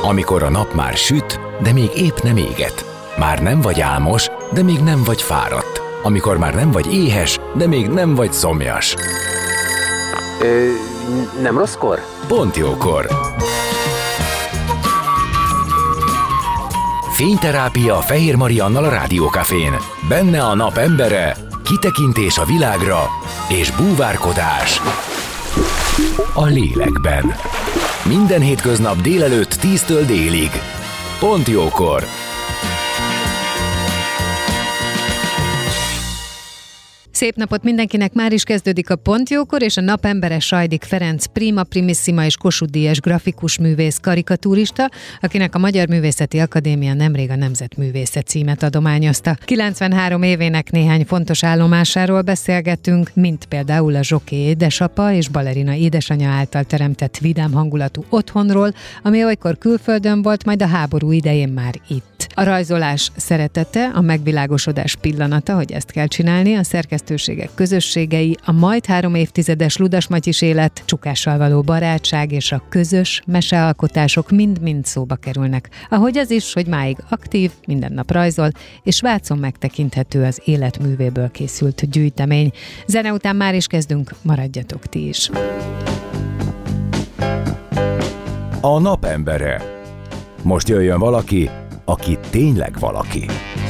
Amikor a nap már süt, de még épp nem éget. Már nem vagy álmos, de még nem vagy fáradt. Amikor már nem vagy éhes, de még nem vagy szomjas. Nem rosszkor? Pont jókor. Fényterápia Fehér Mariannal a Rádiókafén. Benne a nap embere, kitekintés a világra és búvárkodás a lélekben. Minden hétköznap délelőtt 10-től délig. Pont jókor. Szép napot mindenkinek, már is kezdődik a Pont jókor, és a napembere Sajdik Ferenc prima primissima és Kossuth Díjas grafikus művész, karikatúrista, akinek a Magyar Művészeti Akadémia nemrég a Nemzetművésze címet adományozta. 93 évének néhány fontos állomásáról beszélgetünk, mint például a zsoké édesapa és balerina édesanyja által teremtett vidám hangulatú otthonról, ami olykor külföldön volt, majd a háború idején már itt. A rajzolás szeretete, a megvilágosodás pillanata, hogy ezt kell csinálni, a szerkesztőségek közösségei, a majd 3 évtizedes Ludas Matyis élet, Csukással való barátság és a közös mesealkotások mind-mind szóba kerülnek. Ahogy az is, hogy máig aktív, minden nap rajzol, és Vácon megtekinthető az életművéből készült gyűjtemény. Zene után már is kezdünk, maradjatok ti is. A napembere. Most jöjjön valaki, aki tényleg valaki.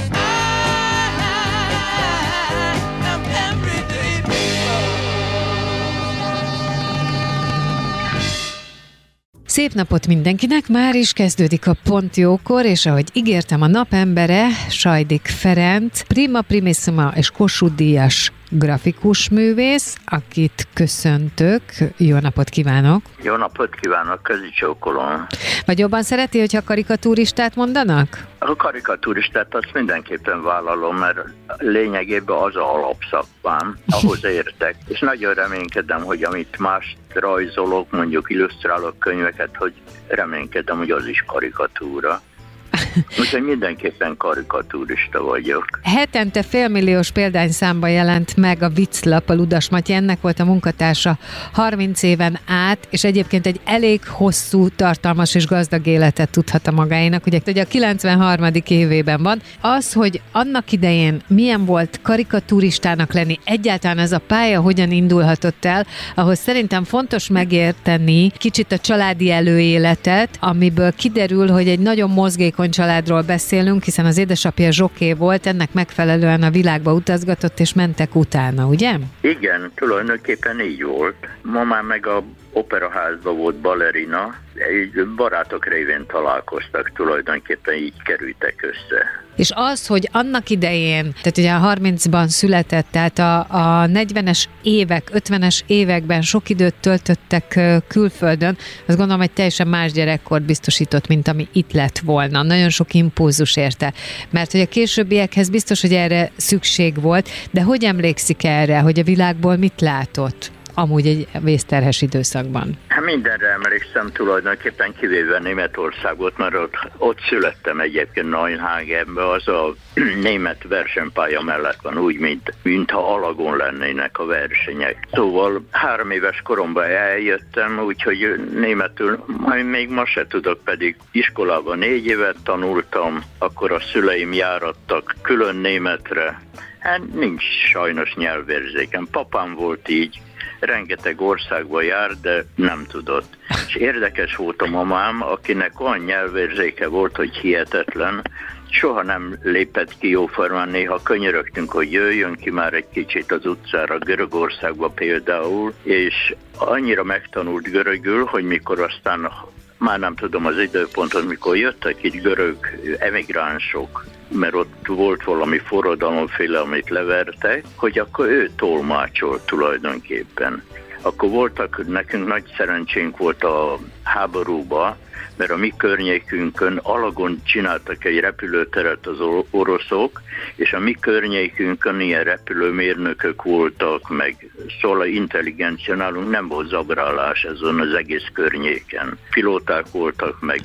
Szép napot mindenkinek, már is kezdődik a Pont jókor, és ahogy ígértem, a napembere Sajdik Ferenc, prima primissima és Kossuth Díjas grafikus művész, akit köszöntök. Jó napot kívánok! Jó napot kívánok, közicsókolom! Vagy jobban szereti, hogyha karikatúristát mondanak? A karikatúristát azt mindenképpen vállalom, mert lényegében az a alapszakmám, ahhoz értek. És nagyon reménykedem, hogy amit mást rajzolok, mondjuk illusztrálok könyveket, hogy reménykedem, hogy az is karikatúra. Úgyhogy mindenképpen karikatúrista vagyok. Hetente félmilliós példányszámba jelent meg a Vicclap, a Ludas Matyi, ennek volt a munkatársa 30 éven át, és egyébként egy elég hosszú, tartalmas és gazdag életet tudhat a magáénak. Ugye a 93. évében van. Az, hogy annak idején milyen volt karikatúristának lenni, egyáltalán ez a pálya hogyan indulhatott el, ahhoz szerintem fontos megérteni kicsit a családi előéletet, amiből kiderül, hogy egy nagyon mozgékony családról beszélünk, hiszen az édesapja zsoké volt, ennek megfelelően a világba utazgatott, és mentek utána, ugye? Igen, tulajdonképpen így volt. Mamám meg a operaházban volt balerina, egy barátok révén találkoztak, tulajdonképpen így kerültek össze. És az, hogy annak idején, tehát ugye a 30-ban született, tehát a 40-es évek, 50-es években sok időt töltöttek külföldön, azt gondolom, hogy teljesen más gyerekkort biztosított, mint ami itt lett volna. Nagyon sok impulzus érte. Mert hogy a későbbiekhez biztos, hogy erre szükség volt, de hogy emlékszik erre, hogy a világból mit látott? Amúgy egy vészterhes időszakban. Mindenre emlékszem tulajdonképpen, kivéve Németországot, mert ott születtem egyébként Neuenhagenben, az a német versenypálya mellett van, úgy, mintha alagon lennének a versenyek. Szóval 3 éves koromban eljöttem, úgyhogy németül még ma se tudok, pedig iskolában 4 évet tanultam, akkor a szüleim járattak külön németre. Hát nincs sajnos nyelvérzékem. Papám volt így, rengeteg országba jár, de nem tudott. És érdekes volt a mamám, akinek olyan nyelvérzéke volt, hogy hihetetlen, soha nem lépett ki jóformán, néha könyörögtünk, hogy jöjjön ki már egy kicsit az utcára, Görögországba például, és annyira megtanult görögül, hogy mikor aztán, már nem tudom az időpontot, mikor jöttek itt görög emigránsok, mert ott volt valami forradalomféle, amit levertek, hogy akkor ő tolmácsolt tulajdonképpen. Akkor nekünk nagy szerencsénk volt a háborúba, mert a mi környékünkön alagon csináltak egy repülőteret az oroszok, és a mi környékünkön ilyen repülőmérnökök voltak, meg szóval intelligencia, nálunk nem volt zabrálás ezen az egész környéken. Pilóták voltak, meg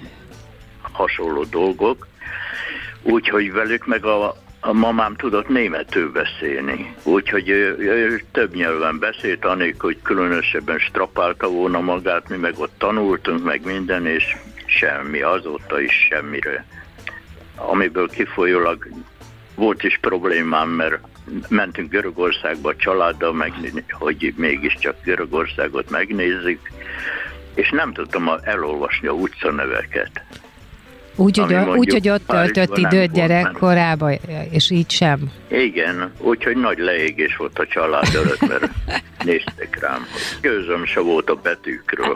hasonló dolgok, úgyhogy velük meg a mamám tudott németül beszélni. Úgyhogy ő több nyelven beszélt, anélkül, hogy különösebben strapálta volna magát, mi meg ott tanultunk, meg minden, és semmi, azóta is semmire. Amiből kifolyólag volt is problémám, mert mentünk Görögországba a családdal, hogy mégiscsak Görögországot megnézzük, és nem tudtam elolvasni a utcaneveket. Úgy, hogy ott töltött időt gyerekkorában, és így sem. Igen, úgyhogy nagy leégés volt a család előtt, mert néztek rám, hogy gőzöm se volt a betűkről.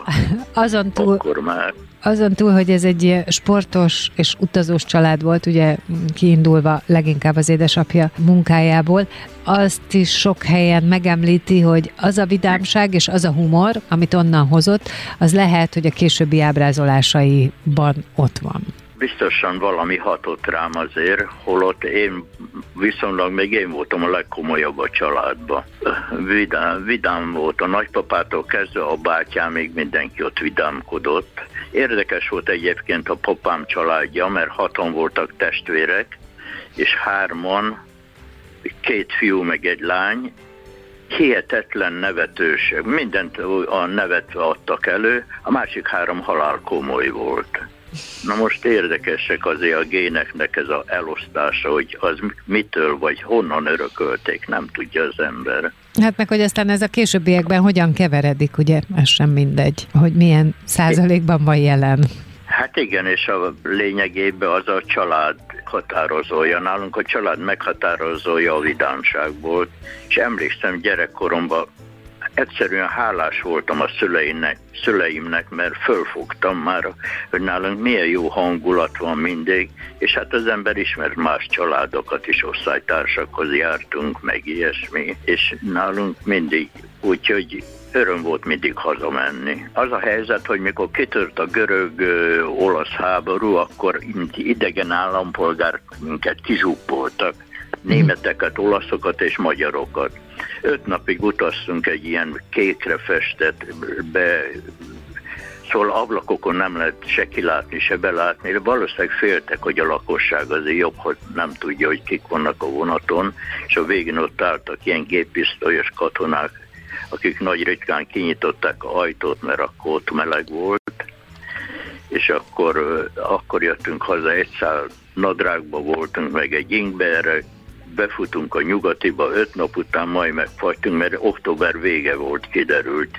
Azon túl, hogy ez egy sportos és utazós család volt, ugye kiindulva leginkább az édesapja munkájából, azt is sok helyen megemlíti, hogy az a vidámság és az a humor, amit onnan hozott, az lehet, hogy a későbbi ábrázolásaiban ott van. Biztosan valami hatott rám azért, holott viszonylag még én voltam a legkomolyabb a családban. Vidám volt a nagypapától kezdve, a bátyám, mindenki ott vidámkodott. Érdekes volt egyébként a papám családja, mert 6-an voltak testvérek, és 3-an, 2 fiú meg egy lány, hihetetlen nevetősek. Mindent a nevet adtak elő, a másik 3 halál komoly volt. Na most érdekesek azért a géneknek ez az elosztása, hogy az mitől vagy honnan örökölték, nem tudja az ember. Hát meg, hogy aztán ez a későbbiekben hogyan keveredik, ugye, ez sem mindegy, hogy milyen százalékban van jelen. Hát igen, és a lényegében az a család határozója. Nálunk a család meghatározója a vidámságból, és emlékszem gyerekkoromban, egyszerűen hálás voltam a szüleimnek, mert fölfogtam már, hogy nálunk milyen jó hangulat van mindig, és hát az ember ismert más családokat is, osztálytársakhoz jártunk, meg ilyesmi, és nálunk mindig, úgyhogy öröm volt mindig hazamenni. Az a helyzet, hogy mikor kitört a görög-olasz háború, akkor idegen állampolgár minket kizsúppoltak, németeket, olaszokat és magyarokat. 5 napig utaztunk egy ilyen kékre festett szóval ablakokon nem lehet se kilátni, se belátni, de valószínűleg féltek, hogy a lakosság azért jobb, hogy nem tudja, hogy kik vannak a vonaton, és a végén ott álltak ilyen géppisztolyos katonák, akik nagy ritkán kinyitották a ajtót, mert akkor ott meleg volt, és akkor jöttünk haza, egy szál nadrágba voltunk, meg egy ingberre, befutunk a Nyugatiba, 5 nap után majd megfagytunk, mert október vége volt, kiderült.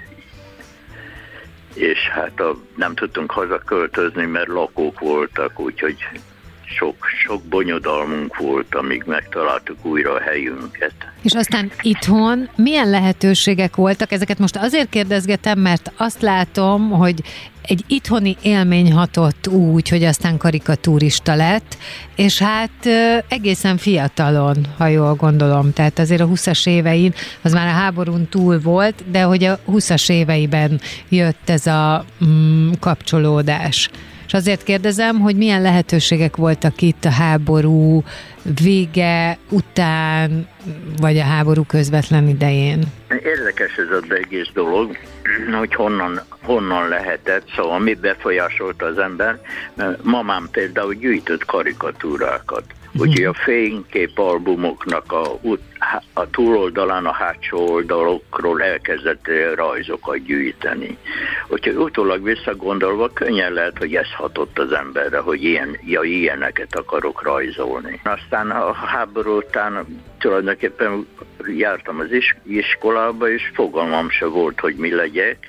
És hát nem tudtunk hazaköltözni, mert lakók voltak, úgyhogy sok bonyodalmunk volt, amíg megtaláltuk újra a helyünket. És aztán itthon milyen lehetőségek voltak? Ezeket most azért kérdezgetem, mert azt látom, hogy egy itthoni élmény hatott úgy, hogy aztán karikatúrista lett, és hát egészen fiatalon, ha jól gondolom, tehát azért a 20-as évein, az már a háborún túl volt, de hogy a 20-as éveiben jött ez a kapcsolódás. És azért kérdezem, hogy milyen lehetőségek voltak itt a háború vége után, vagy a háború közvetlen idején? Érdekes ez az egész dolog, hogy honnan lehetett, szóval mi befolyásolta az ember. Mamám például gyűjtött karikatúrákat. Úgyhogy a fényképalbumoknak a túloldalán, a hátsó oldalokról elkezdett rajzokat gyűjteni. Úgyhogy utólag visszagondolva könnyen lehet, hogy ez hatott az emberre, hogy ilyeneket akarok rajzolni. Aztán a háború után tulajdonképpen jártam az iskolába, és fogalmam se volt, hogy mi legyek.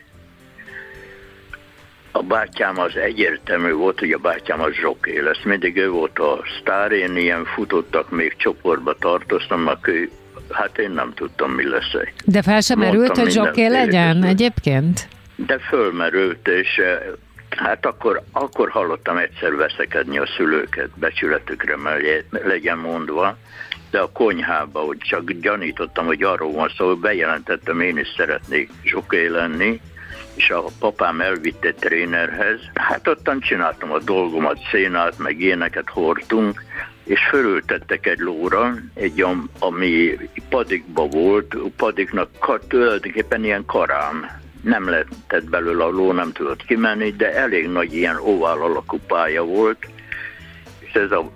A bátyám az egyértelmű volt, hogy a bátyám az zsoké lesz. Mindig ő volt a sztár, én ilyen futottak, még csoportba tartoztam, hát én nem tudtam, mi leszek. De fel sem merült, hogy zsoké legyen egyébként? De fölmerült, és hát akkor hallottam egyszer veszekedni a szülőket, becsületükre legyen mondva, de a konyhába, hogy csak gyanítottam, hogy arról van szó, hogy bejelentettem, én is szeretnék zsoké lenni, és a papám elvitt egy trénerhez. Hát ottan csináltam a dolgomat, szénát, meg ilyeneket hordtunk, és fölültettek egy lóra, ami padikba volt, padiknak tulajdonképpen ilyen karám. Nem lehetett belőle a ló, nem tudott kimenni, de elég nagy ilyen ovál alakú pálya volt, és ez a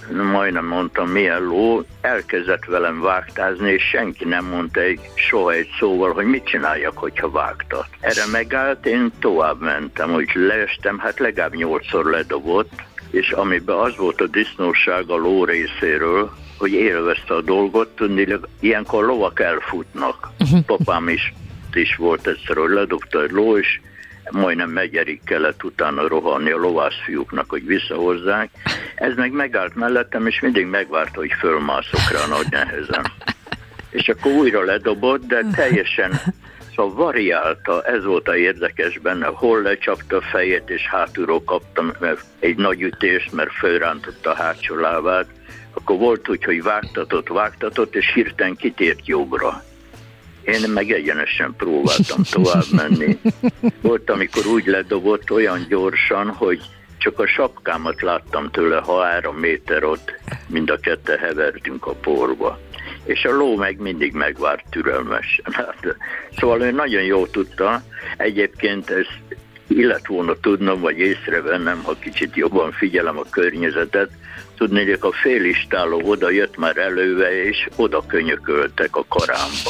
majdnem mondtam, milyen ló, elkezdett velem vágtázni, és senki nem mondta soha egy szóval, hogy mit csináljak, hogyha vágtat. Erre megállt, én tovább mentem, hogy leestem, hát legalább 8-szor ledobott, és amiben az volt a disznóság a ló részéről, hogy élvezte a dolgot, tudni, ilyenkor lovak elfutnak. Papám is volt egyszer, hogy ledobta egy ló, és majdnem megyerig kellett utána rohanni a lovászfiúknak, hogy visszahozzák. Ez meg megállt mellettem, és mindig megvárta, hogy fölmászok rá nagy nehezen. És akkor újra ledobott, de teljesen szóval variálta, ez volt a érdekes benne, hol lecsapta a fejét, és hátulról kaptam egy nagy ütést, mert fölrántotta a hátsó lábát. Akkor volt úgy, hogy vágtatott, és hirtelen kitért jobbra. Én meg egyenesen próbáltam tovább menni. Volt, amikor úgy ledobott olyan gyorsan, hogy csak a sapkámat láttam tőle, ha 3 méter ott, mind a ketten hevertünk a porba. És a ló meg mindig megvárt türelmesen. Szóval ő nagyon jól tudta. Egyébként ezt illet volna tudnom, vagy észrevennem, ha kicsit jobban figyelem a környezetet. Tudni, hogy a félistáló oda jött már előve, és oda könyököltek a karámba.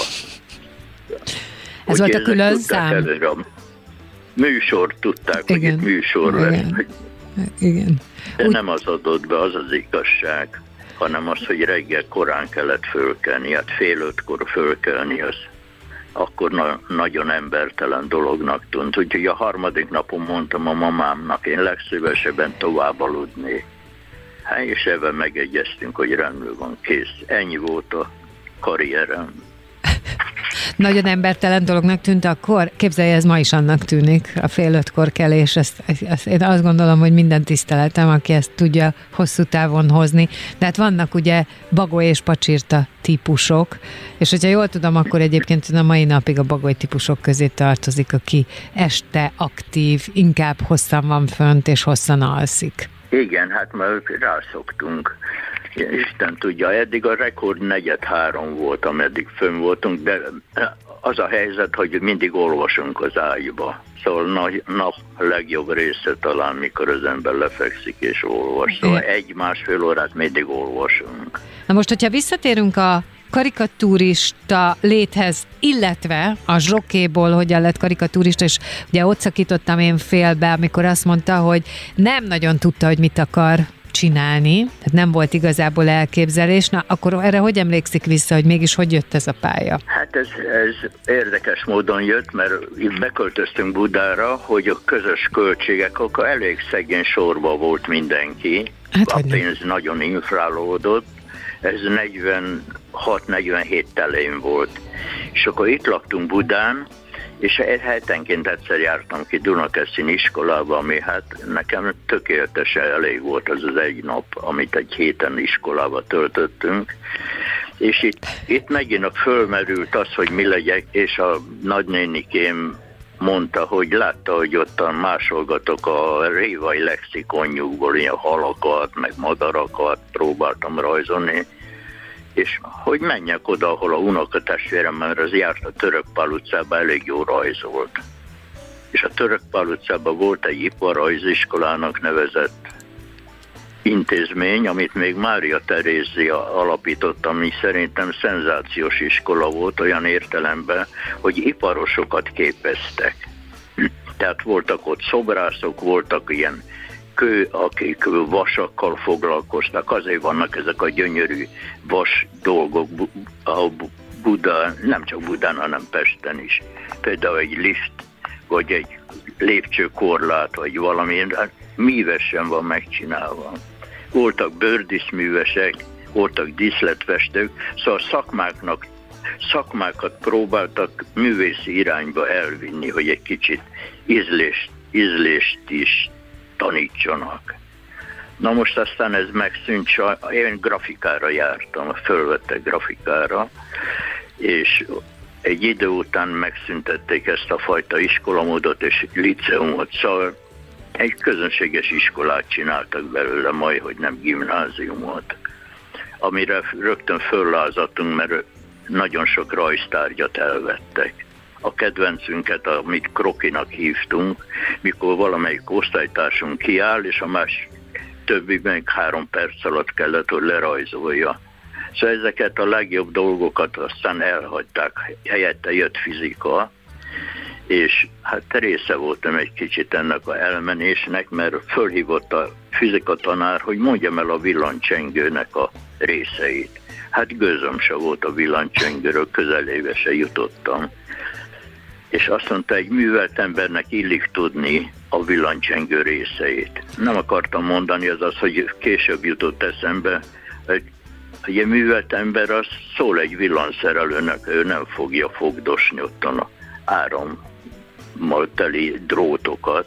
Ez volt a külön szám? Műsort tudták, igen, hogy itt műsor lesz. Igen. De nem az adott be, az az igazság, hanem az, hogy reggel korán kellett fölkelni, hát 4:30-kor fölkelni, az akkor nagyon embertelen dolognak tűnt. Úgyhogy a 3. napon mondtam a mamámnak, én legszívesebben tovább aludnék. Hát és ebben megegyeztünk, hogy rendben van, kész. Ennyi volt a karrierem. Nagyon embertelen dolognak tűnt akkor? Képzelje, ez ma is annak tűnik, a 4:30-kor kelés. Ezt én azt gondolom, hogy minden tiszteletem, aki ezt tudja hosszú távon hozni. De hát vannak ugye bagoly és pacsirta típusok, és hogyha jól tudom, akkor egyébként a mai napig a bagoly típusok közé tartozik, aki este aktív, inkább hosszan van fönt és hosszan alszik. Igen, hát már rászoktunk. Isten tudja, eddig a rekord 4:03 volt, ameddig fönn voltunk, de az a helyzet, hogy mindig olvasunk az ágyba. Szóval nap legjobb része talán, mikor az ember lefekszik és olvas. Szóval 1-1,5 órát mindig olvasunk. Na most, hogyha visszatérünk a karikatúrista léthez, illetve a zsokéból hogyan lett karikatúrista, és ugye ott szakítottam én félbe, amikor azt mondta, hogy nem nagyon tudta, hogy mit akar csinálni, tehát nem volt igazából elképzelés. Na, akkor erre hogy emlékszik vissza, hogy mégis hogy jött ez a pálya? Hát ez érdekes módon jött, mert beköltöztünk Budára, hogy a közös költségek, akkor elég szegény sorba volt mindenki. Hát, a pénz nagyon inflálódott. Ez 46-47 telén volt. És akkor itt laktunk Budán, és hetenként egyszer jártam ki Dunakeszin iskolába, ami hát nekem tökéletesen elég volt az az egy nap, amit egy héten iskolába töltöttünk. És itt megint fölmerült az, hogy mi legyek, és a nagynénikém mondta, hogy látta, hogy ottan másolgatok a révai lexikonjukból, ilyen halakat, meg madarakat próbáltam rajzolni, és hogy menjek oda, ahol a unokatestvérem, mert az járt a Törökpál utcában, elég jó rajzolt. És a Törökpál utcában volt egy iparrajziskolának nevezett intézmény, amit még Mária Terézia alapított, ami szerintem szenzációs iskola volt olyan értelemben, hogy iparosokat képeztek. Tehát voltak ott szobrászok, voltak ilyen akik vasakkal foglalkoztak, azért vannak ezek a gyönyörű vas dolgok a Budán, nem csak Budán, hanem Pesten is. Például egy lift, vagy egy lépcsőkorlát, vagy valami, művesen van megcsinálva. Voltak bőrdíszművesek, voltak díszletfestők, szóval szakmákat próbáltak művészi irányba elvinni, hogy egy kicsit ízlést is tanítsanak. Na most aztán ez megszűnt, én grafikára jártam, fölvettek grafikára, és egy idő után megszüntették ezt a fajta iskolamódot és liceumot, szóval egy közönséges iskolát csináltak belőle, majd, hogy nem gimnáziumot, amire rögtön föllázadtunk, mert nagyon sok rajztárgyat elvettek. A kedvencünket, amit krokinak hívtunk, mikor valamelyik osztálytársunk kiáll, és a többi meg 3 perc alatt kellett, hogy lerajzolja. Szóval ezeket a legjobb dolgokat aztán elhagyták, helyette jött fizika, és hát része voltam egy kicsit ennek a elmenésnek, mert fölhívott a fizika tanár, hogy mondjam el a villancsengőnek a részeit. Hát gőzöm se volt a villancsengőről, közelébe se jutottam. És azt mondta, egy művelt embernek illik tudni a villancsengő részeit. Nem akartam mondani, az, hogy később jutott eszembe, hogy egy művelt ember az szól egy villanszerelőnek, ő nem fogja fogdosni ottan a árammal teli drótokat.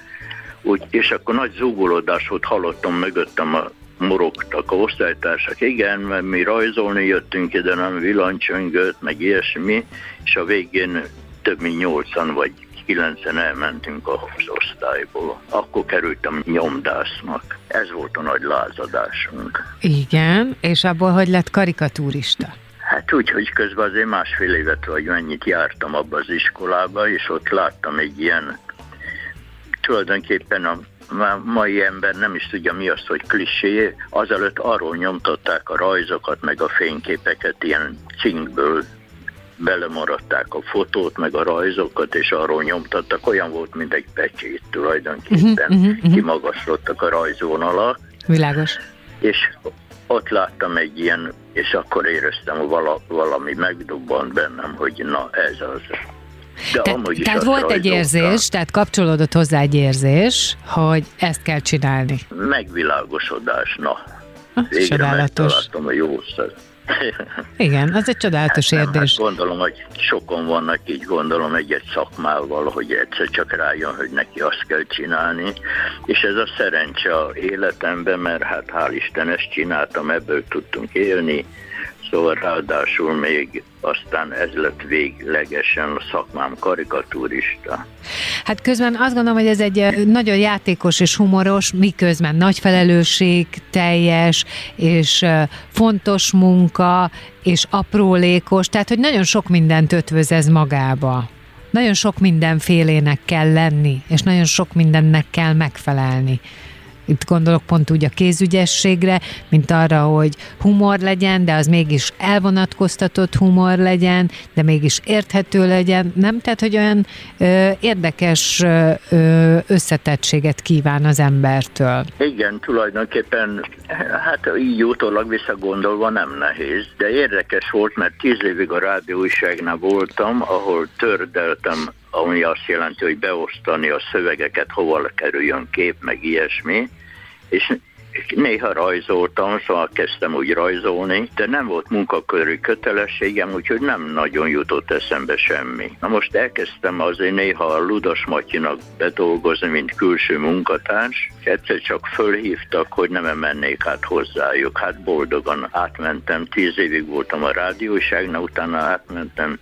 És akkor nagy zúgolódás volt, hallottam mögöttem, morogtak a osztálytársak, igen, mert mi rajzolni jöttünk ide, nem villancsöngőt, meg ilyesmi, és a végén több mint 8-an vagy 9-en elmentünk az osztályból. Akkor kerültem nyomdásznak. Ez volt a nagy lázadásunk. Igen, és abból hogy lett karikatúrista? Hát úgy, hogy közben azért 1,5 évet vagy mennyit jártam abba az iskolába, és ott láttam egy ilyen, tulajdonképpen a mai ember nem is tudja mi az, hogy klisé, azelőtt arról nyomtatták a rajzokat, meg a fényképeket, ilyen cinkből belemaradták a fotót, meg a rajzokat, és arról nyomtattak, olyan volt, mint egy pecsét tulajdonképpen. Kimagaslottak a rajzvonalak. Világos. És ott láttam egy ilyen, és akkor éreztem, valami megdubbant bennem, hogy na ez az. Tehát volt egy érzés, tehát kapcsolódott hozzá egy érzés, hogy ezt kell csinálni. Megvilágosodás, na. Végre megtaláltam a jó szert. Igen, az egy csodálatos érzés. Hát gondolom, hogy sokan vannak így, gondolom egy szakmával, hogy egyszer csak rájön, hogy neki azt kell csinálni, és ez a szerencse a életemben, mert hát hál' Isten ezt csináltam, ebből tudtunk élni, szóval ráadásul még aztán ez lett véglegesen a szakmám, karikatúrista. Hát közben azt gondolom, hogy ez egy nagyon játékos és humoros, miközben nagy felelősség teljes, és fontos munka, és aprólékos, tehát hogy nagyon sok mindent ötvöz ez magába. Nagyon sok mindenfélének kell lenni, és nagyon sok mindennek kell megfelelni. Itt gondolok pont úgy a kézügyességre, mint arra, hogy humor legyen, de az mégis elvonatkoztatott humor legyen, de mégis érthető legyen, nem? Tehát, hogy olyan érdekes összetettséget kíván az embertől. Igen, tulajdonképpen, hát így utólag visszagondolva nem nehéz, de érdekes volt, mert 10 évig a rádióújságnál voltam, ahol tördeltem, ami azt jelenti, hogy beosztani a szövegeket, hova kerüljön kép, meg ilyesmi, és néha rajzoltam, szóval kezdtem úgy rajzolni, de nem volt munkaköri kötelességem, úgyhogy nem nagyon jutott eszembe semmi. Na most elkezdtem azért néha a Ludas Matyinak bedolgozni, mint külső munkatárs, és egyszer csak fölhívtak, hogy nem mennék át hozzájuk. Hát boldogan átmentem, 10 évig voltam a rádióságnál, utána átmentem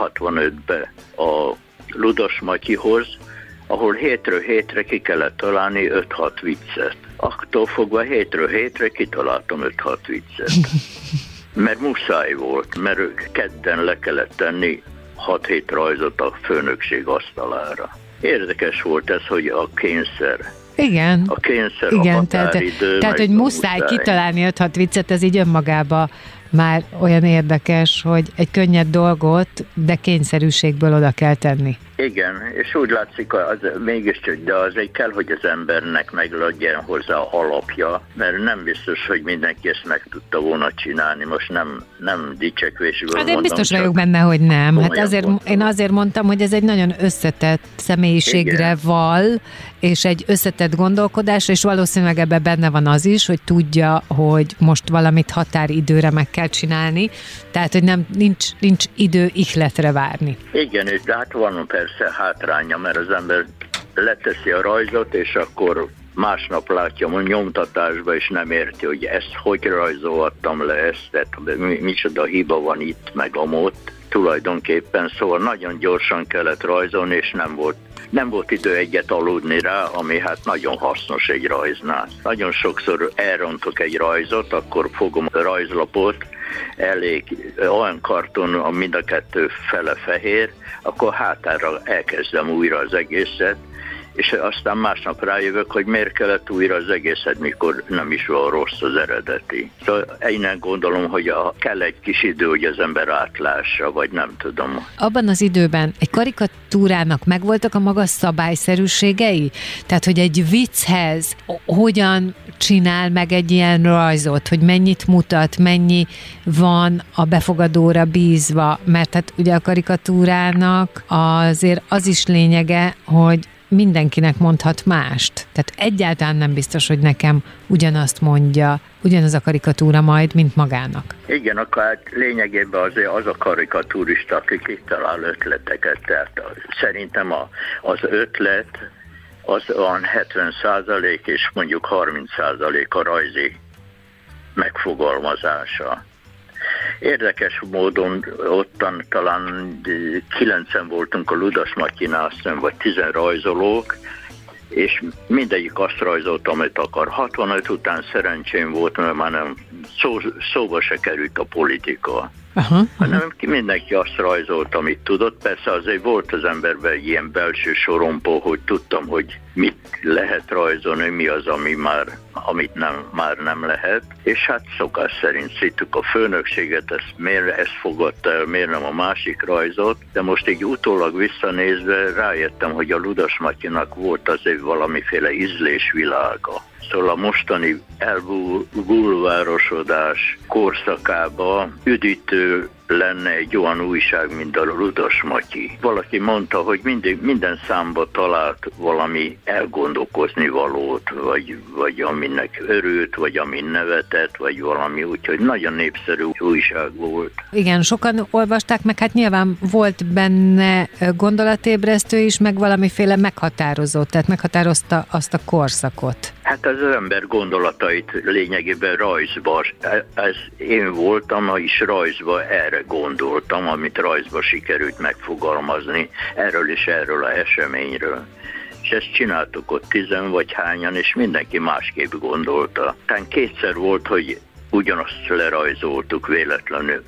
65-be a Ludas Matyihoz, ahol hétről hétre ki kellett találni 5-6 viccet. Attól fogva hétről hétre kitaláltam 5-6 viccet. Mert muszáj volt, mert kedden le kellett tenni 6-7 rajzot a főnökség asztalára. Érdekes volt ez, hogy a kényszer. Igen. A kényszer, igen, a határidő. Tehát hogy muszáj kitalálni 5-6 viccet, ez így önmagában már olyan érdekes, hogy egy könnyed dolgot, de kényszerűségből oda kell tenni. Igen, és úgy látszik, az mégiscsak, de azért kell, hogy az embernek meglegyen hozzá alapja, mert nem biztos, hogy mindenki ezt meg tudta volna csinálni. Most nem dicsekvésből mondom. Hát én biztos vagyok benne, hogy nem. Hát én azért mondtam, hogy ez egy nagyon összetett személyiségre igen. Val, és egy összetett gondolkodás, és valószínűleg ebben benne van az is, hogy tudja, hogy most valamit határidőre meg kell csinálni, tehát, hogy nincs idő ihletre várni. Igen, és de hát van persze hátránya, mert az ember leteszi a rajzot, és akkor másnap látja a nyomtatásba, és nem érti, hogy ezt hogy rajzolhattam le ezt, tehát micsoda hiba van itt, meg amott tulajdonképpen, szóval nagyon gyorsan kellett rajzolni, és nem volt idő egyet aludni rá, ami hát nagyon hasznos egy rajznál. Nagyon sokszor elrontok egy rajzot, akkor fogom a rajzlapot, elég olyan karton, mind a kettő fele fehér, akkor hátára elkezdem újra az egészet, és aztán másnap rájövök, hogy miért kellett újra az egészet, mikor nem is olyan rossz az eredeti. Szóval én gondolom, hogy kell egy kis idő, hogy az ember átlássa, vagy nem tudom. Abban az időben egy karikatúrának megvoltak a maga szabályszerűségei? Tehát, hogy egy vicchez hogyan csinál meg egy ilyen rajzot, hogy mennyit mutat, mennyi van a befogadóra bízva, mert hát ugye a karikatúrának azért az is lényege, hogy mindenkinek mondhat mást. Tehát egyáltalán nem biztos, hogy nekem ugyanazt mondja, ugyanaz a karikatúra majd, mint magának. Igen, akkor hát lényegében azért az a karikatúrista, aki kitalál ötleteket. Tehát szerintem az ötlet az olyan 70% és mondjuk 30% a rajzi megfogalmazása. Érdekes módon ottan talán 9-en voltunk a Ludas Matyinál, vagy 10 rajzolók, és mindegyik azt rajzolt, amit akar. 65 után szerencsém volt, mert már nem szóba se került a politika. Hanem mindenki azt rajzolt, amit tudott. Persze azért volt az emberben egy ilyen belső sorompó, hogy tudtam, hogy mit lehet rajzolni, mi az, amit már nem lehet. És hát szokás szerint szittuk a főnökséget, miért ezt fogadta el, miért nem a másik rajzot. De most így utólag visszanézve rájöttem, hogy a Ludas Matyinak volt azért valamiféle ízlésvilága. Szóval a mostani elbulvárosodás korszakába üdítő lenne egy olyan újság, mint a Ludas Matyi. Valaki mondta, hogy minden számba talált valami elgondolkozni valót, vagy aminek örült, vagy amin nevetett, vagy valami, úgyhogy nagyon népszerű újság volt. Igen, sokan olvasták, meg hát nyilván volt benne gondolatébresztő is, meg valamiféle meghatározó, tehát meghatározta azt a korszakot. Hát az ember gondolatait lényegében rajzba, ez én voltam, és rajzba erre gondoltam, amit rajzba sikerült megfogalmazni, erről és erről a eseményről. És ezt csináltuk ott 10 vagy hányan, és mindenki másképp gondolta. Tehát kétszer volt, hogy ugyanazt lerajzoltuk véletlenül,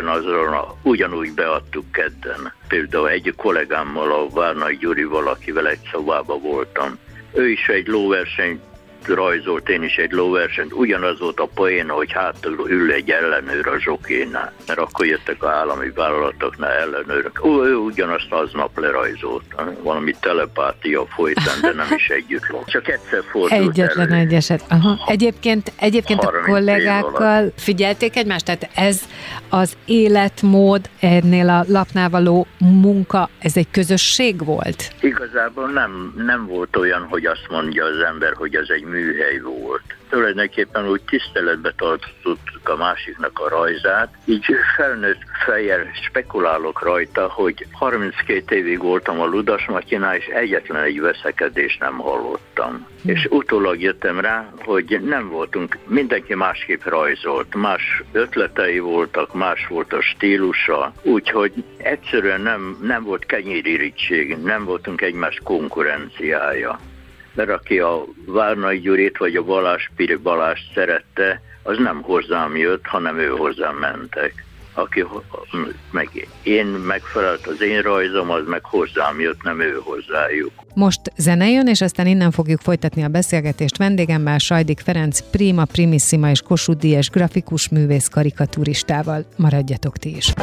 ugyanúgy beadtuk kedden. Például egy kollégámmal, a Várnai Gyurival, akivel egy szobában voltam. Ő is egy lóversenyt rajzolt, én is egy lóversenyt. Ugyanaz volt a poén, hogy hátul ül egy ellenőr a zsokénál, mert akkor jöttek az állami vállalatoknál ellenőrök. Ő ugyanazt aznap lerajzolt. Valami telepátia folytán, de nem is együtt volt. Csak egyszer fordult egyetlen elő. egy eset. Aha. Egyébként a kollégákkal figyelték egymást? Tehát ez az életmód, ennél a lapnál való munka, ez egy közösség volt? Igazából nem volt olyan, hogy azt mondja az ember, hogy ez egy műhely volt. Tulajdonképpen úgy tiszteletbe tartottuk a másiknak a rajzát, így felnőtt fejjel spekulálok rajta, hogy 32 évig voltam a Ludas Matyinál, és egyetlen egy veszekedést nem hallottam. És utólag jöttem rá, hogy nem voltunk, mindenki másképp rajzolt, más ötletei voltak, más volt a stílusa, úgyhogy egyszerűen nem volt kenyéririgység, nem voltunk egymás konkurenciája. Mert aki a Várnai Gyurit vagy a Piri Balást szerette, az nem hozzám jött, hanem ő hozzám mentek. Aki meg én megfelelt az én rajzom, az meg hozzám jött, nem ő hozzájuk. Most zene jön, és aztán innen fogjuk folytatni a beszélgetést vendégemmel, Sajdik Ferenc, Prima Primissima és Kossuth Díjas grafikus művész karikaturistával. Maradjatok ti is!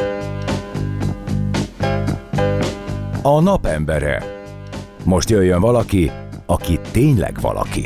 A napembere. Most jöjjön valaki, aki tényleg valaki.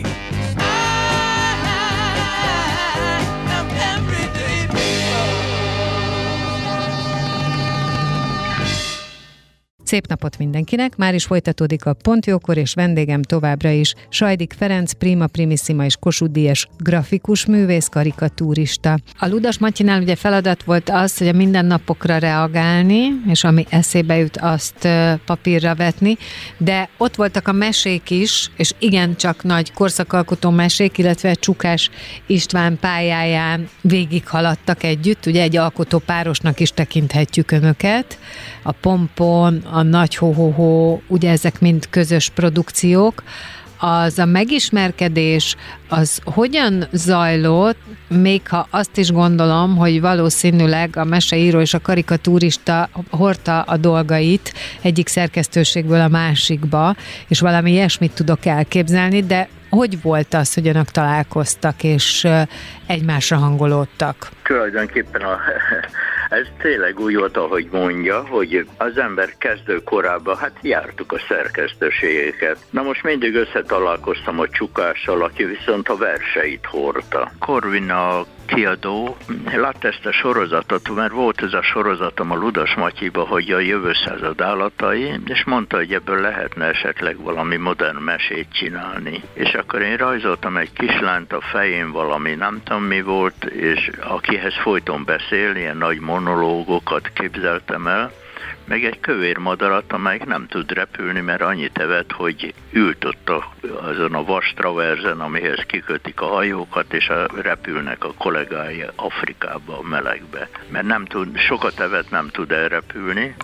Szép napot mindenkinek! Már is folytatódik a Pont Jókor, és vendégem továbbra is Sajdik Ferenc, Prima Primissima és Kossuth Díjas grafikus művész, karikatúrista. A Ludas Matyinál ugye feladat volt az, hogy a mindennapokra reagálni, és ami eszébe jut, azt papírra vetni, de ott voltak a mesék is, és igencsak nagy korszakalkotó mesék, illetve Csukás István pályáján végighaladtak együtt, ugye egy alkotópárosnak is tekinthetjük önöket. A Pompon, a Nagy Ho-Ho-Ho, ugye ezek mind közös produkciók. Az a megismerkedés, az hogyan zajlott, még ha azt is gondolom, hogy valószínűleg a meseíró és a karikatúrista hordta a dolgait egyik szerkesztőségből a másikba, és valami ilyesmit tudok elképzelni, de hogy volt az, hogy önök találkoztak és egymásra hangolódtak? Tulajdonképpen ez tényleg úgy volt, ahogy mondja, hogy az ember kezdőkorában, hát jártuk a szerkesztőségeket. Na most mindig összetalálkoztam a Csukással, aki viszont a verseit hordta. Corvin a kiadó látta ezt a sorozatot, mert volt ez a sorozatom a Ludas Matyiba, hogy a jövő század állatai, és mondta, hogy ebből lehetne esetleg valami modern mesét csinálni. És akkor én rajzoltam egy kislányt a fején, valami nem tudom mi volt, és akihez folyton beszél, ilyen nagy monológokat képzeltem el, meg egy kövér madarat, amelyik nem tud repülni, mert annyit evett, hogy ült ott azon a vas traverzen, amihez kikötik a hajókat, és repülnek a kollégái Afrikába, a melegbe. Mert nem tud, sokat evett, nem tud elrepülni,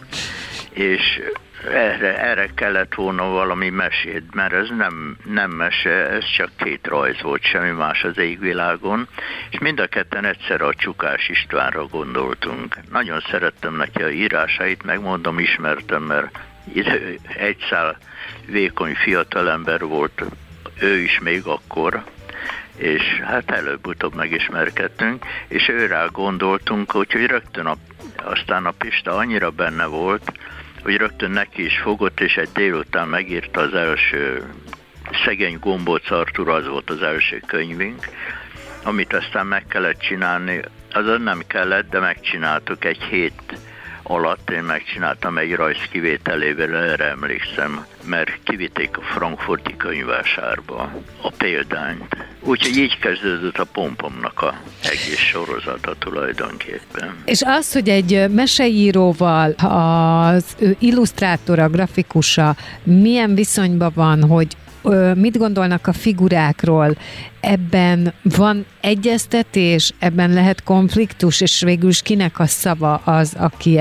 és erre kellett volna valami mesét, mert ez nem mese, ez csak 2 rajz volt, semmi más az égvilágon, és mind a ketten egyszer a Csukás Istvánra gondoltunk. Nagyon szerettem neki a írásait, megmondom, ismertem, mert egy szál vékony fiatalember volt, ő is még akkor, és hát előbb-utóbb megismerkedtünk, és őrá gondoltunk, úgyhogy rögtön aztán a Pista annyira benne volt, hogy rögtön neki is fogott, és egy délután megírta az első Szegény Gombóc Artúr, az volt az első könyvünk, amit aztán meg kellett csinálni, azon nem kellett, de megcsináltuk egy hét alatt, én megcsináltam egy rajz kivételével, erre emlékszem, mert kivitték a frankfurti könyvvásárba a példányt. Úgyhogy így kezdődött a Pompomnak a egész sorozata tulajdonképpen. És az, hogy egy meseíróval az illusztrátora, grafikusa milyen viszonyban van, hogy mit gondolnak a figurákról, ebben van egyeztetés, ebben lehet konfliktus, és végül is kinek a szava az,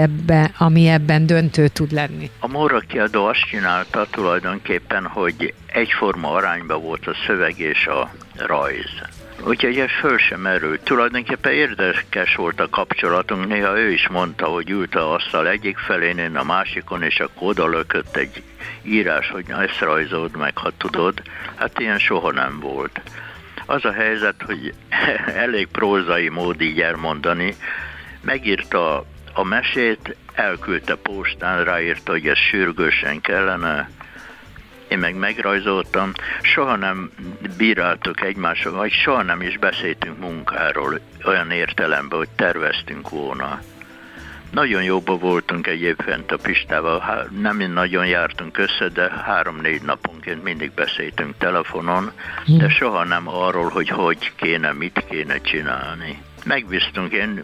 ami ebben döntő tud lenni? A Móra kiadó azt csinálta tulajdonképpen, hogy egyforma arányban volt a szöveg és a rajz. Úgyhogy ez föl sem merült. Tulajdonképpen érdekes volt a kapcsolatunk, néha ő is mondta, hogy ült az asztal egyik felén, én a másikon, és akkor oda lökött egy írás, hogy na, ezt rajzold meg, ha tudod. Hát ilyen soha nem volt. Az a helyzet, hogy elég prózai mód így elmondani, megírta a mesét, elküldte postán, ráírta, hogy ez sürgősen kellene, én meg megrajzoltam, soha nem bíráltuk egymással, vagy soha nem is beszéltünk munkáról, olyan értelemben, hogy terveztünk volna. Nagyon jóban voltunk egyébként a Pistával, nem nagyon jártunk össze, de 3-4 naponként mindig beszéltünk telefonon, de soha nem arról, hogy kéne, mit kéne csinálni. Megbíztunk, én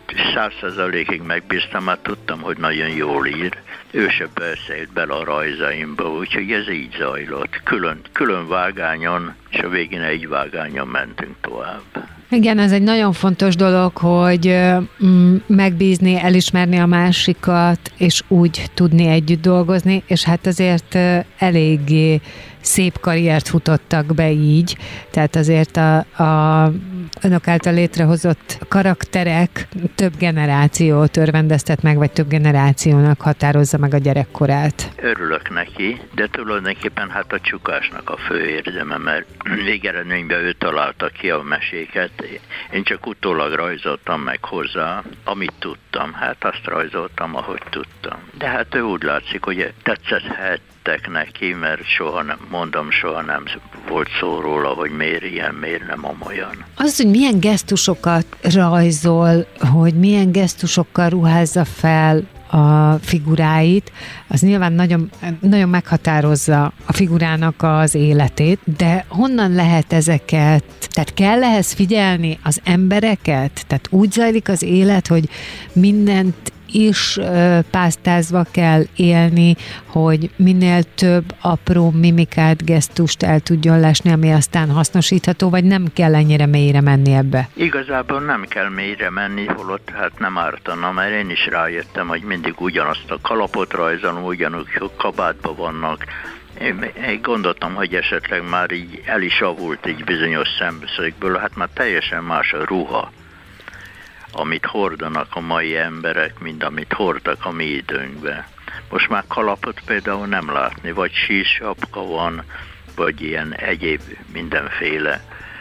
100%-ig megbíztam, már tudtam, hogy nagyon jól ír. Ő se beszélt bele a rajzaimba, úgyhogy ez így zajlott. Külön vágányon, és a végén egy vágányon mentünk tovább. Igen, ez egy nagyon fontos dolog, hogy megbízni, elismerni a másikat, és úgy tudni együtt dolgozni, és hát azért eléggé szép karriert futottak be így, tehát azért a önök által létrehozott karakterek több generációt örvendeztet meg, vagy több generációnak határozza meg a gyerekkorát. Örülök neki, de tulajdonképpen hát a Csukásnak a fő érdeme, mert végeredményben ő találta ki a meséket, én csak utólag rajzoltam meg hozzá, amit tudtam, hát azt rajzoltam, ahogy tudtam. De hát ő úgy látszik, hogy tetszett neki, mert soha nem volt szó róla, hogy miért ilyen, miért nem amolyan. Az, hogy milyen gesztusokat rajzol, hogy milyen gesztusokkal ruházza fel a figuráit, az nyilván nagyon, nagyon meghatározza a figurának az életét, de honnan lehet ezeket, tehát kell ehhez figyelni az embereket? Tehát úgy zajlik az élet, hogy mindent is pásztázva kell élni, hogy minél több apró mimikát, gesztust el tudjon lesni, ami aztán hasznosítható, vagy nem kell ennyire mélyre menni ebbe? Igazából nem kell mélyre menni, holott hát nem ártana, mert én is rájöttem, hogy mindig ugyanazt a kalapot rajzolom, ugyanúgy kabátban vannak, Én gondoltam, hogy esetleg már így el is avult egy bizonyos szemszögből, hát már teljesen más a ruha, amit hordanak a mai emberek, mint amit hordtak a mi időnkben. Most már kalapot például nem látni, vagy sírsapka van, vagy ilyen egyéb mindenféle.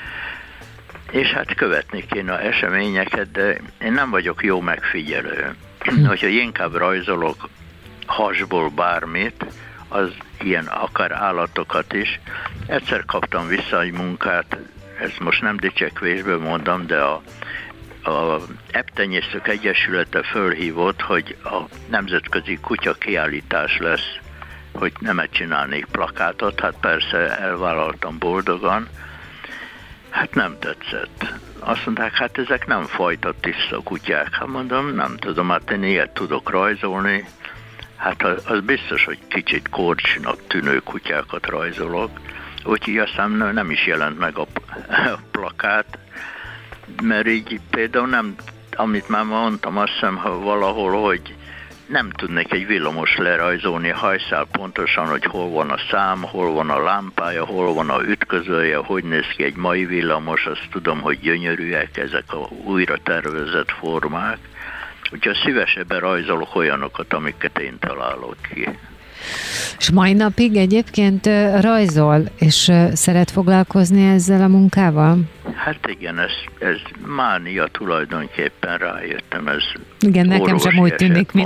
És hát követni kéne eseményeket, de én nem vagyok jó megfigyelő. Hogyha inkább rajzolok hasból bármit, az ilyen akár állatokat is. Egyszer kaptam vissza egy munkát, ezt most nem dicsekvésből mondom, de a Ebbtenyésztők Egyesülete fölhívott, hogy a nemzetközi kutya kiállítás lesz, hogy nemet csinálnék plakátot, hát persze elvállaltam boldogan, hát nem tetszett. Azt mondták, hát ezek nem fajta tiszta kutyák. Hát mondom, nem tudom, hát én ilyet tudok rajzolni, hát az biztos, hogy kicsit korcsnak tűnő kutyákat rajzolok, úgyhogy aztán nem is jelent meg a plakát, mert így például nem, amit már mondtam, azt hiszem, ha valahol, hogy nem tudnék egy villamos lerajzolni hajszál pontosan, hogy hol van a szám, hol van a lámpája, hol van a ütközője, hogy néz ki egy mai villamos, azt tudom, hogy gyönyörűek ezek a újra tervezett formák. Úgyhogy szívesebben rajzolok olyanokat, amiket én találok ki. És mai napig egyébként rajzol, és szeret foglalkozni ezzel a munkával? Hát igen, ez mánia tulajdonképpen, rájöttem. Ez igen, nekem sem úgy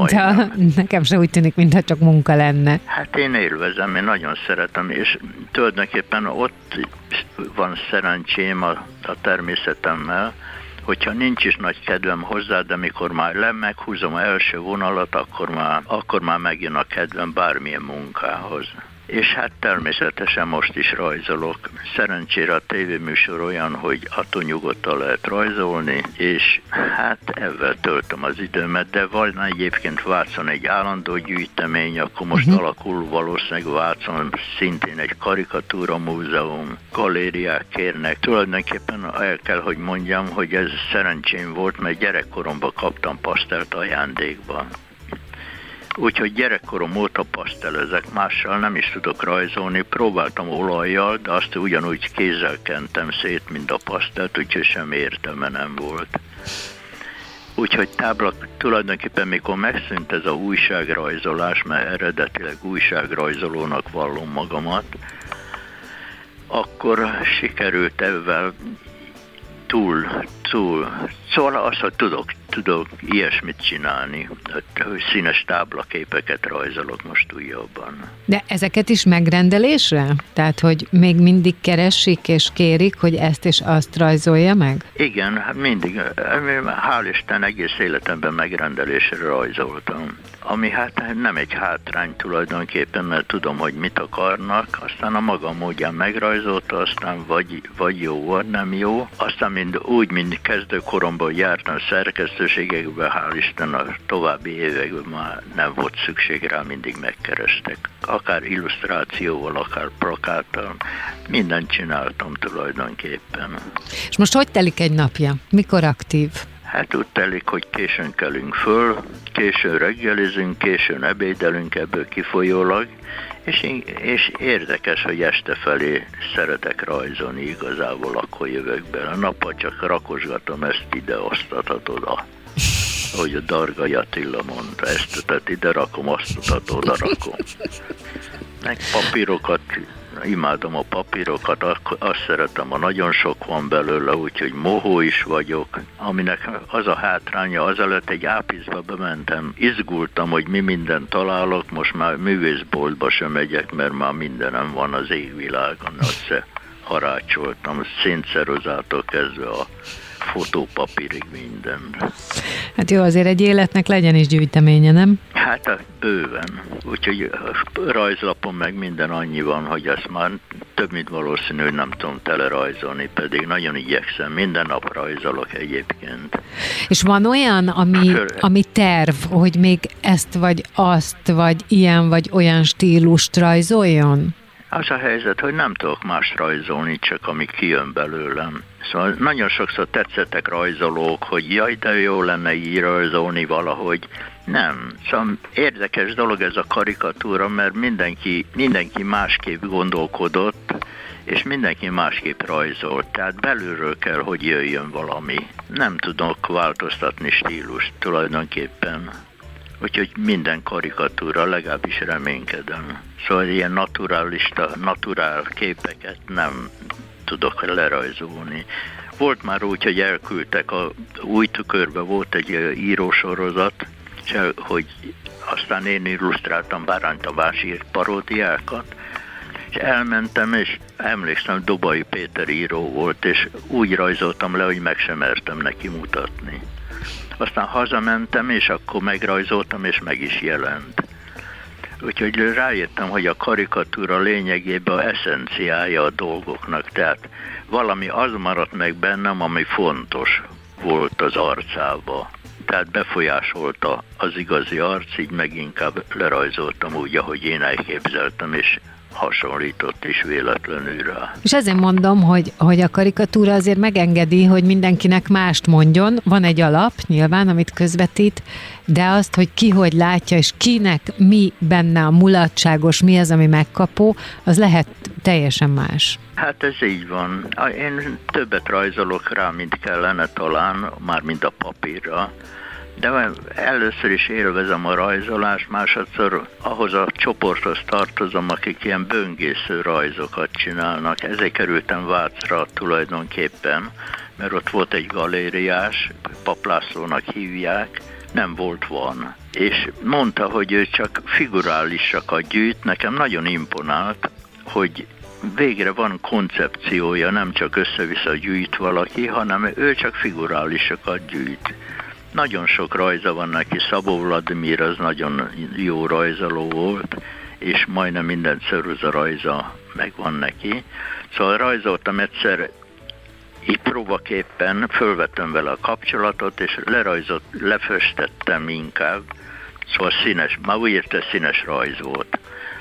tűnik, mintha csak munka lenne. Hát én élvezem, én nagyon szeretem, és tulajdonképpen ott van szerencsém a természetemmel, hogyha nincs is nagy kedvem hozzá, de mikor már meghúzom az első vonalat, akkor már megjön a kedvem bármilyen munkához. És hát természetesen most is rajzolok. Szerencsére a tévéműsor olyan, hogy attól nyugodtan lehet rajzolni, és hát ezzel töltöm az időmet, de van egyébként Vácon egy állandó gyűjtemény, akkor most alakul valószínűleg Vácon szintén egy karikatúra múzeum, galériák kérnek. Tulajdonképpen el kell, hogy mondjam, hogy ez szerencsém volt, mert gyerekkoromban kaptam pasztelt ajándékban. Úgyhogy gyerekkorom óta pasztelezek, mással nem is tudok rajzolni, próbáltam olajjal, de azt ugyanúgy kézzel kentem szét, mint a pasztelt, úgyhogy sem értelme nem volt. Úgyhogy tulajdonképpen mikor megszűnt ez a újságrajzolás, mert eredetileg újságrajzolónak vallom magamat, akkor sikerült ebben szóval azt, hogy tudok ilyesmit csinálni, hogy színes táblaképeket rajzolok most újabban. De ezeket is megrendelésre? Tehát, hogy még mindig keresik és kérik, hogy ezt és azt rajzolja meg? Igen, hát mindig. Hál' Isten egész életemben megrendelésre rajzoltam. Ami hát nem egy hátrány tulajdonképpen, mert tudom, hogy mit akarnak, aztán a maga módján megrajzolta, aztán vagy jó, vagy nem jó. Aztán mint kezdőkoromban jártam szerkesztőségekben, hál' Isten a további években már nem volt szükség rá, mindig megkerestek. Akár illusztrációval, akár plakáttal, mindent csináltam tulajdonképpen. És most hogy telik egy napja? Mikor aktív? Hát úgy telik, hogy későn kelünk föl, későn reggelizünk, későn ebédelünk ebből kifolyólag, és érdekes, hogy este felé szeretek rajzolni igazából, akkor jövök be. A nappal csak rakosgatom ezt ide, azt oda. Ahogy a Dargai Attila mondta, ezt ide rakom, azt oda rakom. Meg papírokat, imádom a papírokat, azt szeretem, ha nagyon sok van belőle, úgyhogy mohó is vagyok, aminek az a hátránya, azelőtt egy ápizba bementem, izgultam, hogy mi mindent találok, most már művészboltba sem megyek, mert már mindenem van az égvilágon, azt harácsoltam, széncerozától kezdve a fotópapírig minden. Hát jó, azért egy életnek legyen is gyűjteménye, nem? Hát bőven. Úgyhogy rajzlapon meg minden annyi van, hogy azt már több mint valószínű, hogy nem tudom telerajzolni, pedig nagyon igyekszem. Minden nap rajzolok egyébként. És van olyan, ami terv, hogy még ezt vagy azt, vagy ilyen vagy olyan stílust rajzoljon? Az a helyzet, hogy nem tudok más rajzolni, csak ami kijön belőlem. Szóval nagyon sokszor tetszettek rajzolók, hogy jaj, de jó lenne így rajzolni valahogy. Nem. Szóval érdekes dolog ez a karikatúra, mert mindenki másképp gondolkodott, és mindenki másképp rajzolt. Tehát belülről kell, hogy jöjjön valami. Nem tudok változtatni stílust tulajdonképpen. Úgyhogy minden karikatúra, legalábbis reménykedem. Szóval ilyen naturál képeket nem tudok lerajzolni. Volt már úgy, hogy elküldtek a Új Tükörbe, volt egy írósorozat, hogy aztán én illusztráltam, Bárány Tamás írt paródiákat, és elmentem, és emlékszem, Dobai Péter író volt, és úgy rajzoltam le, hogy meg sem mertem neki mutatni. Aztán hazamentem, és akkor megrajzoltam, és meg is jelent. Úgyhogy rájöttem, hogy a karikatúra lényegében az eszenciája a dolgoknak, tehát valami az maradt meg bennem, ami fontos volt az arcába. Tehát befolyásolta az igazi arc, így meg inkább lerajzoltam úgy, ahogy én elképzeltem, és hasonlított is véletlenül rá. És ezért mondom, hogy a karikatúra azért megengedi, hogy mindenkinek mást mondjon. Van egy alap, nyilván, amit közvetít, de azt, hogy ki hogy látja, és kinek mi benne a mulatságos, mi az, ami megkapó, az lehet teljesen más. Hát ez így van. Én többet rajzolok rá, mint kellene talán, már mint a papírra. De először is élvezem a rajzolást, másodszor ahhoz a csoporthoz tartozom, akik ilyen böngésző rajzokat csinálnak. Ezért kerültem Vácra tulajdonképpen, mert ott volt egy galériás, Pap Lászlónak hívják, nem volt, van. És mondta, hogy ő csak figurálisakat gyűjt, nekem nagyon imponált, hogy végre van koncepciója, nem csak össze-vissza gyűjt valaki, hanem ő csak figurálisakat gyűjt. Nagyon sok rajza van neki, Szabó Vladimir az nagyon jó rajzoló volt, és majdnem minden ceruza rajza megvan neki. Szóval rajzoltam egyszer, így próbaképpen fölvettem vele a kapcsolatot, és lefestettem inkább, szóval színes, már úgy érte színes rajz volt.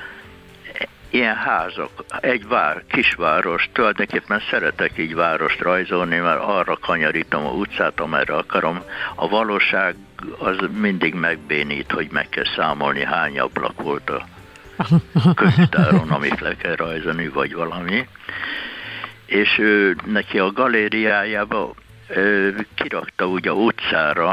Ilyen házak, egy kisváros, tulajdonképpen szeretek így várost rajzolni, mert arra kanyarítom a utcát, amerre akarom. A valóság az mindig megbénít, hogy meg kell számolni, hány ablak volt a könyvtáron, amit le kell rajzolni, vagy valami. És neki a galériájába kirakta ugye utcára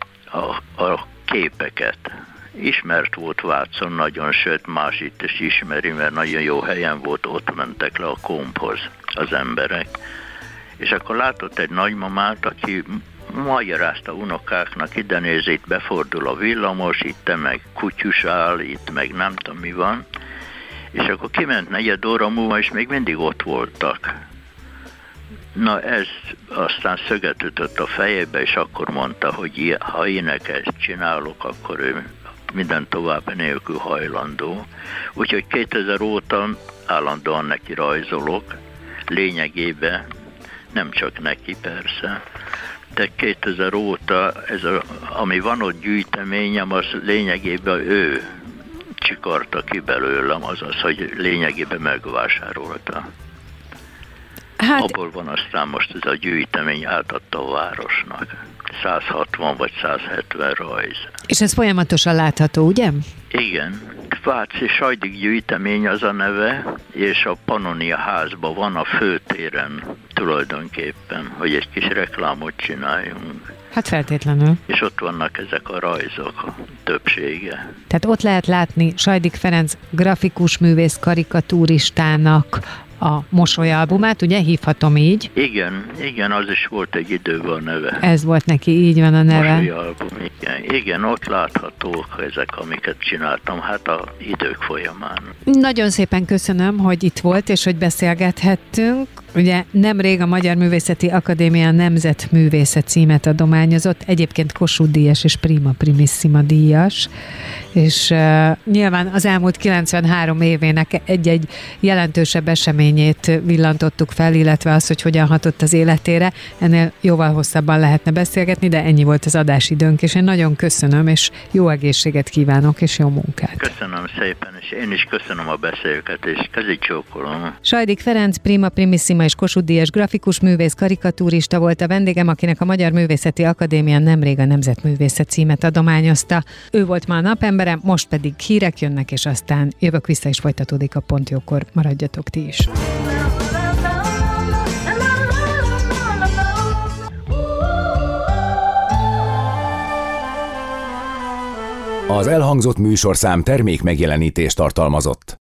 a képeket. Ismert volt Vácon nagyon, sőt más itt is ismeri, mert nagyon jó helyen volt, ott mentek le a Komphoz az emberek. És akkor látott egy nagymamát, aki magyarázta unokáknak, ide néz, itt befordul a villamos, itt meg kutyus áll, itt meg nem tudom mi van. És akkor kiment 4 óra múlva, és még mindig ott voltak. Na ez aztán szöget ütött a fejébe, és akkor mondta, hogy ha én ezt csinálok, akkor ő minden tovább nélkül hajlandó. Úgyhogy 2000 óta állandóan neki rajzolok, lényegében, nem csak neki persze, de 2000 óta ami van ott gyűjteményem, az lényegében ő csikarta ki belőlem, azaz, hogy lényegében megvásárolta. Hát, abból van aztán most ez a gyűjtemény, átadta a városnak. 160 vagy 170 rajz. És ez folyamatosan látható, ugye? Igen. Váci Sajdik gyűjtemény az a neve, és a Pannonia házban van a főtéren tulajdonképpen, hogy egy kis reklámot csináljunk. Hát feltétlenül. És ott vannak ezek a rajzok, a többsége. Tehát ott lehet látni Sajdik Ferenc grafikus művész karikatúristának a Mosolyalbumát, ugye? Hívhatom így? Igen, az is volt egy időben a neve. Ez volt neki, így van a neve. Mosolyalbum, igen. Igen, ott láthatók ezek, amiket csináltam, hát a idők folyamán. Nagyon szépen köszönöm, hogy itt volt, és hogy beszélgethettünk. Ugye nemrég a Magyar Művészeti Akadémia Nemzetművésze címet adományozott, egyébként Kossuth díjas és Prima Primissima díjas, és nyilván az elmúlt 93 évének egy-egy jelentősebb eseményét villantottuk fel, illetve az, hogy hogyan hatott az életére. Ennél jóval hosszabban lehetne beszélgetni, de ennyi volt az adásidőnk, és én nagyon köszönöm, és jó egészséget kívánok, és jó munkát. Köszönöm szépen, és én is köszönöm a beszélgetést. Kezi csókolom. Sajdik Ferenc Prima Primissima Szima és Kossuth Díjas grafikus művész, karikatúrista volt a vendégem, akinek a Magyar Művészeti Akadémia nemrég a Nemzetművészet címet adományozta. Ő volt ma a napembere, most pedig hírek jönnek, és aztán jövök vissza, és folytatódik a Pont Jókor. Maradjatok ti is! Az elhangzott műsorszám termék megjelenítést tartalmazott.